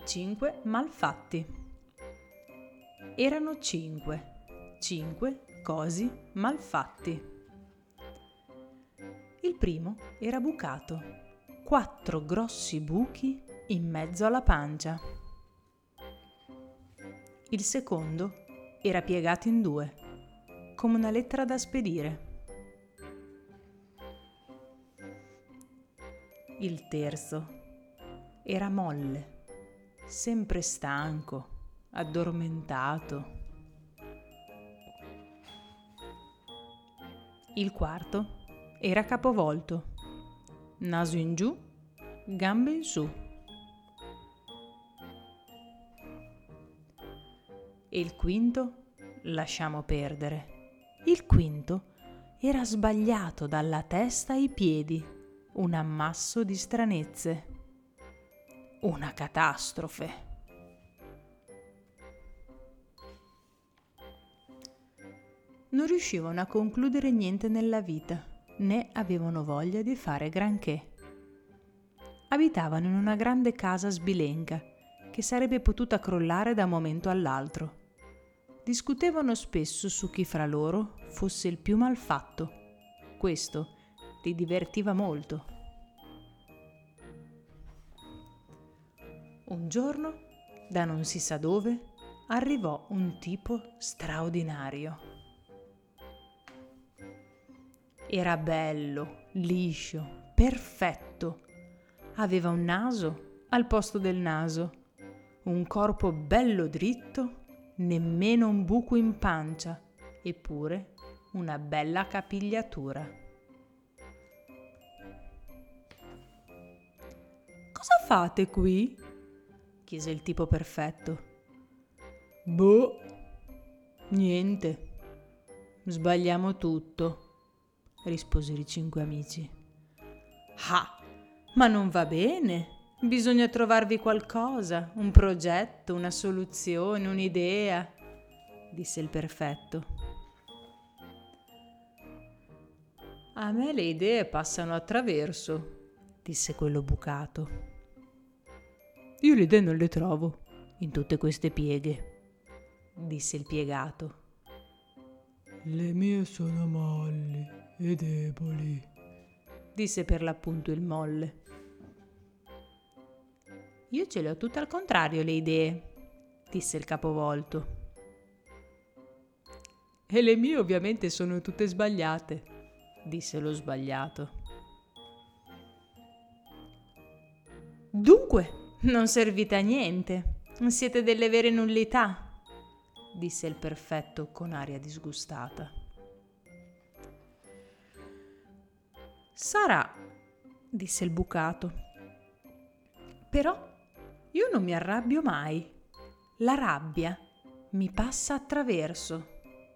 5 malfatti. Erano 5 cosi malfatti. Il primo era bucato, 4 grossi buchi in mezzo alla pancia. Il secondo era piegato in 2, come una lettera da spedire. Il terzo era molle, sempre stanco, addormentato. Il quarto era capovolto, naso in giù, gambe in su. E il quinto lasciamo perdere. Il quinto era sbagliato dalla testa ai piedi, un ammasso di stranezze. Una catastrofe. Non riuscivano a concludere niente nella vita, né avevano voglia di fare granché. Abitavano in una grande casa sbilenca, che sarebbe potuta crollare da un momento all'altro. Discutevano spesso su chi fra loro fosse il più malfatto. Questo li divertiva molto. Un giorno, da non si sa dove, arrivò un tipo straordinario. Era bello, liscio, perfetto. Aveva un naso al posto del naso, un corpo bello dritto, nemmeno un buco in pancia, eppure una bella capigliatura. «Cosa fate qui?» chiese il tipo perfetto. «Boh, niente, sbagliamo tutto», risposero i 5 amici. «Ah, ma non va bene, bisogna trovarvi qualcosa, un progetto, una soluzione, un'idea», disse il perfetto. «A me le idee passano attraverso», disse quello bucato. «Io le idee non le trovo in tutte queste pieghe», disse il piegato. «Le mie sono molli e deboli», disse per l'appunto il molle. «Io ce le ho tutte al contrario le idee», disse il capovolto. «E le mie ovviamente sono tutte sbagliate», disse lo sbagliato. «Dunque, non servite a niente, siete delle vere nullità», disse il perfetto con aria disgustata. «Sarà», disse il bucato, «però io non mi arrabbio mai. La rabbia mi passa attraverso».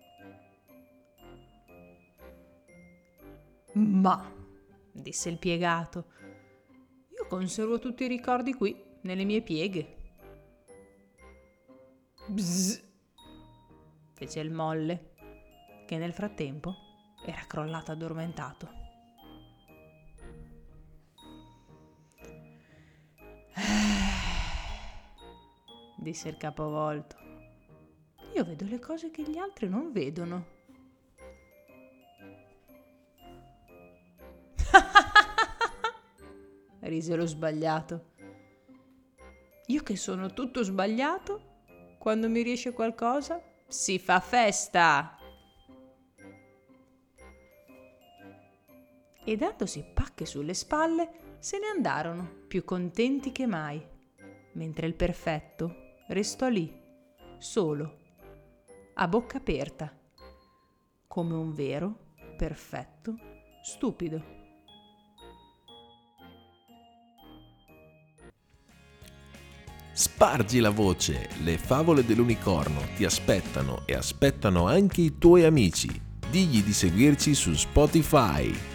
«Ma», disse il piegato, «io conservo tutti i ricordi qui, nelle mie pieghe». «Bzzz», fece il molle, che nel frattempo era crollato addormentato. Disse il capovolto, «io vedo le cose che gli altri non vedono». Rise lo sbagliato. «Io che sono tutto sbagliato, quando mi riesce qualcosa si fa festa». E dandosi pacche sulle spalle se ne andarono più contenti che mai, mentre il perfetto restò lì, solo, a bocca aperta, come un vero, perfetto, stupido. Spargi la voce, le favole dell'unicorno ti aspettano e aspettano anche i tuoi amici. Digli di seguirci su Spotify.